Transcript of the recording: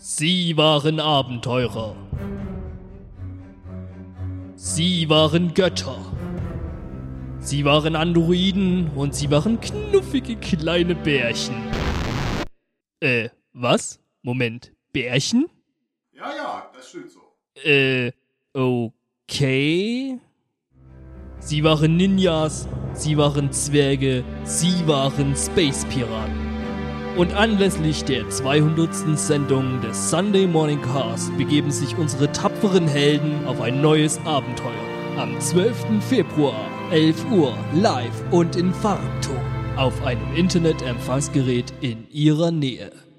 Sie waren Abenteurer. Sie waren Götter. Sie waren Androiden und sie waren knuffige kleine Bärchen. Was? Moment, Bärchen? Ja, das stimmt so. Okay. Sie waren Ninjas, sie waren Zwerge, sie waren Space-Piraten. Und anlässlich der 200. Sendung des Sunday Morning Cast begeben sich unsere tapferen Helden auf ein neues Abenteuer. Am 12. Februar, 11 Uhr, live und in Farbton auf einem Internetempfangsgerät in ihrer Nähe.